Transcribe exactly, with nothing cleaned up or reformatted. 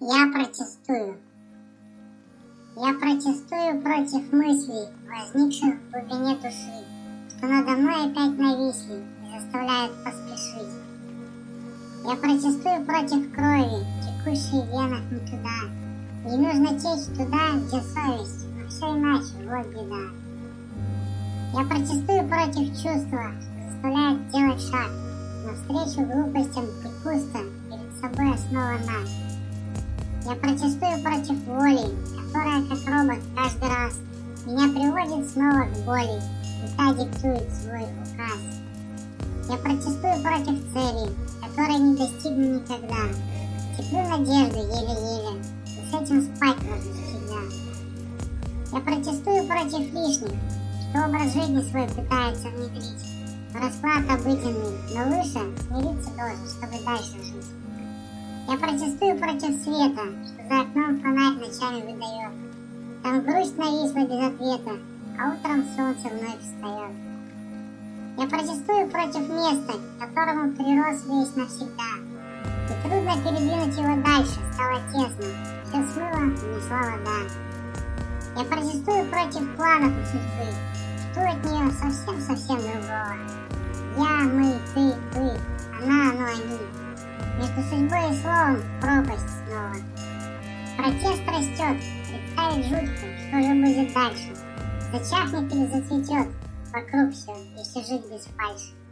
Я протестую. Я протестую против мыслей, возникших в глубине души, что надо мной опять нависли и заставляют поспешить. Я протестую против крови, текущей в венах не туда. Не нужно течь туда, где совесть, но все иначе, вот беда. Я протестую против чувства, что заставляет делать шаг навстречу глупостям и пусто перед собой основана. Я протестую против воли, которая, как робот, каждый раз меня приводит снова к боли, и та диктует свой указ. Я протестую против цели, которой не достигну никогда. Теплю надежду еле-еле, и с этим спать можно всегда. Я протестую против лишних, что образ жизни свой пытается внедрить в расклад обыденный, но выше смириться должен, чтобы дальше жить. Я протестую против света, что за окном фонарь ночами выдает. Там грусть нависла без ответа, а утром солнце вновь встает. Я протестую против места, к которому прирос весь навсегда. И трудно передвинуть его дальше, стало тесно, все смыло, унесла вода. Я протестую против планов у судьбы, жду от нее совсем-совсем другого. Я, мы, ты, вы, она, оно, они. Между судьбой и словом пропасть снова. Протест растет, представить жутко, что же будет дальше. Зачахнет или зацветет, вокруг все, если жить без фальши.